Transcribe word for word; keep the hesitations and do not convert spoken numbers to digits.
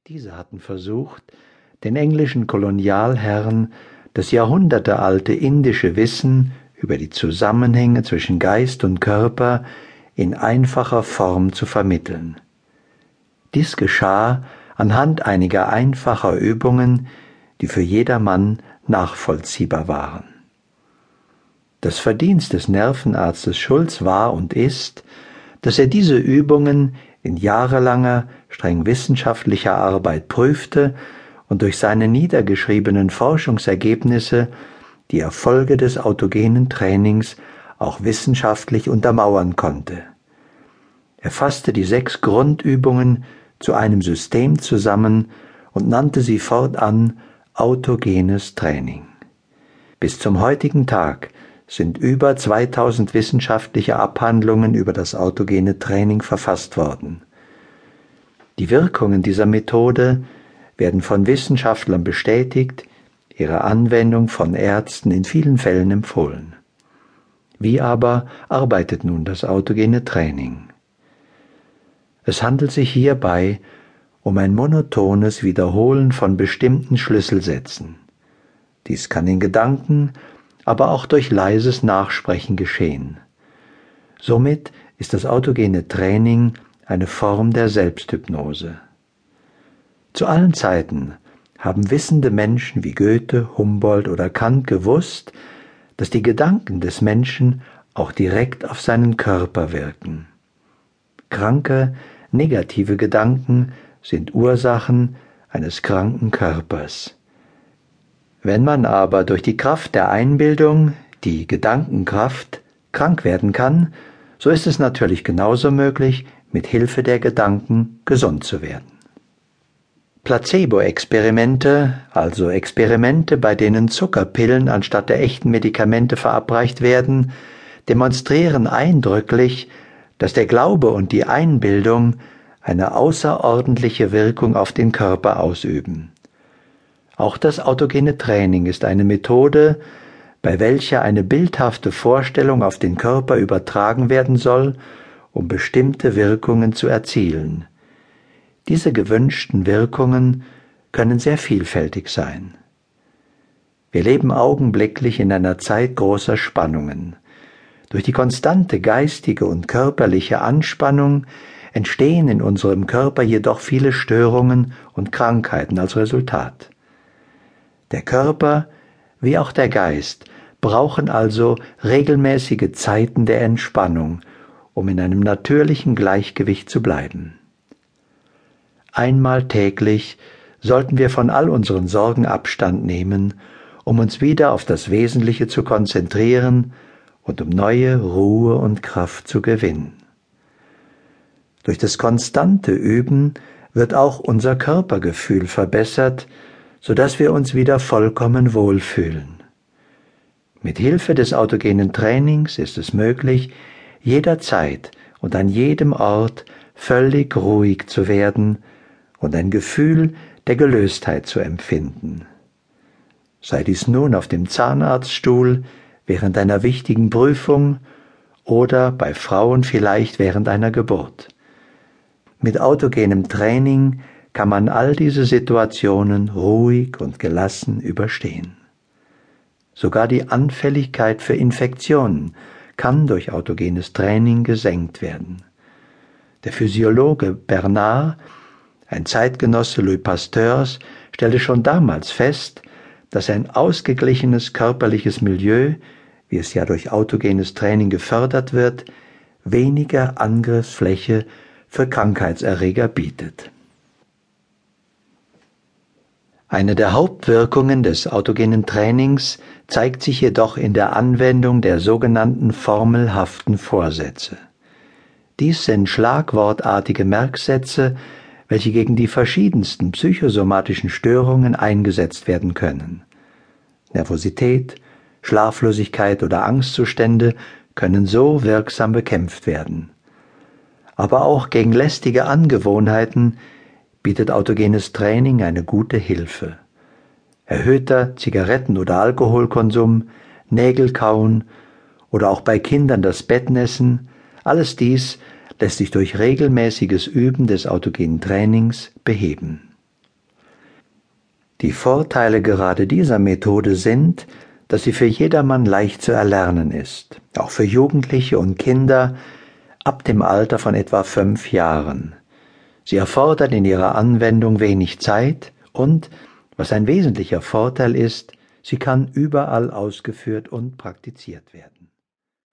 Diese hatten versucht, den englischen Kolonialherren das jahrhundertealte indische Wissen über die Zusammenhänge zwischen Geist und Körper in einfacher Form zu vermitteln. Dies geschah anhand einiger einfacher Übungen, die für jedermann nachvollziehbar waren. Das Verdienst des Nervenarztes Schultz war und ist, dass er diese Übungen in jahrelanger, streng wissenschaftlicher Arbeit prüfte und durch seine niedergeschriebenen Forschungsergebnisse die Erfolge des autogenen Trainings auch wissenschaftlich untermauern konnte. Er fasste die sechs Grundübungen zu einem System zusammen und nannte sie fortan autogenes Training. Bis zum heutigen Tag sind über zweitausend wissenschaftliche Abhandlungen über das autogene Training verfasst worden. Die Wirkungen dieser Methode werden von Wissenschaftlern bestätigt, ihre Anwendung von Ärzten in vielen Fällen empfohlen. Wie aber arbeitet nun das autogene Training? Es handelt sich hierbei um ein monotones Wiederholen von bestimmten Schlüsselsätzen. Dies kann in Gedanken, aber auch durch leises Nachsprechen geschehen. Somit ist das autogene Training eine Form der Selbsthypnose. Zu allen Zeiten haben wissende Menschen wie Goethe, Humboldt oder Kant gewusst, dass die Gedanken des Menschen auch direkt auf seinen Körper wirken. Kranke, negative Gedanken sind Ursachen eines kranken Körpers. Wenn man aber durch die Kraft der Einbildung, die Gedankenkraft, krank werden kann, so ist es natürlich genauso möglich, mit Hilfe der Gedanken gesund zu werden. Placebo-Experimente, also Experimente, bei denen Zuckerpillen anstatt der echten Medikamente verabreicht werden, demonstrieren eindrücklich, dass der Glaube und die Einbildung eine außerordentliche Wirkung auf den Körper ausüben. Auch das autogene Training ist eine Methode, bei welcher eine bildhafte Vorstellung auf den Körper übertragen werden soll, um bestimmte Wirkungen zu erzielen. Diese gewünschten Wirkungen können sehr vielfältig sein. Wir leben augenblicklich in einer Zeit großer Spannungen. Durch die konstante geistige und körperliche Anspannung entstehen in unserem Körper jedoch viele Störungen und Krankheiten als Resultat. Der Körper wie auch der Geist brauchen also regelmäßige Zeiten der Entspannung, um in einem natürlichen Gleichgewicht zu bleiben. Einmal täglich sollten wir von all unseren Sorgen Abstand nehmen, um uns wieder auf das Wesentliche zu konzentrieren und um neue Ruhe und Kraft zu gewinnen. Durch das konstante Üben wird auch unser Körpergefühl verbessert, sodass wir uns wieder vollkommen wohlfühlen. Mit Hilfe des autogenen Trainings ist es möglich, jederzeit und an jedem Ort völlig ruhig zu werden und ein Gefühl der Gelöstheit zu empfinden. Sei dies nun auf dem Zahnarztstuhl, während einer wichtigen Prüfung oder bei Frauen vielleicht während einer Geburt. Mit autogenem Training kann man all diese Situationen ruhig und gelassen überstehen. Sogar die Anfälligkeit für Infektionen kann durch autogenes Training gesenkt werden. Der Physiologe Bernard, ein Zeitgenosse Louis Pasteurs, stellte schon damals fest, dass ein ausgeglichenes körperliches Milieu, wie es ja durch autogenes Training gefördert wird, weniger Angriffsfläche für Krankheitserreger bietet. Eine der Hauptwirkungen des autogenen Trainings zeigt sich jedoch in der Anwendung der sogenannten formelhaften Vorsätze. Dies sind schlagwortartige Merksätze, welche gegen die verschiedensten psychosomatischen Störungen eingesetzt werden können. Nervosität, Schlaflosigkeit oder Angstzustände können so wirksam bekämpft werden. Aber auch gegen lästige Angewohnheiten bietet autogenes Training eine gute Hilfe. Erhöhter Zigaretten- oder Alkoholkonsum, Nägelkauen oder auch bei Kindern das Bettnässen, alles dies lässt sich durch regelmäßiges Üben des autogenen Trainings beheben. Die Vorteile gerade dieser Methode sind, dass sie für jedermann leicht zu erlernen ist, auch für Jugendliche und Kinder ab dem Alter von etwa fünf Jahren. Sie erfordert in ihrer Anwendung wenig Zeit und, was ein wesentlicher Vorteil ist, sie kann überall ausgeführt und praktiziert werden.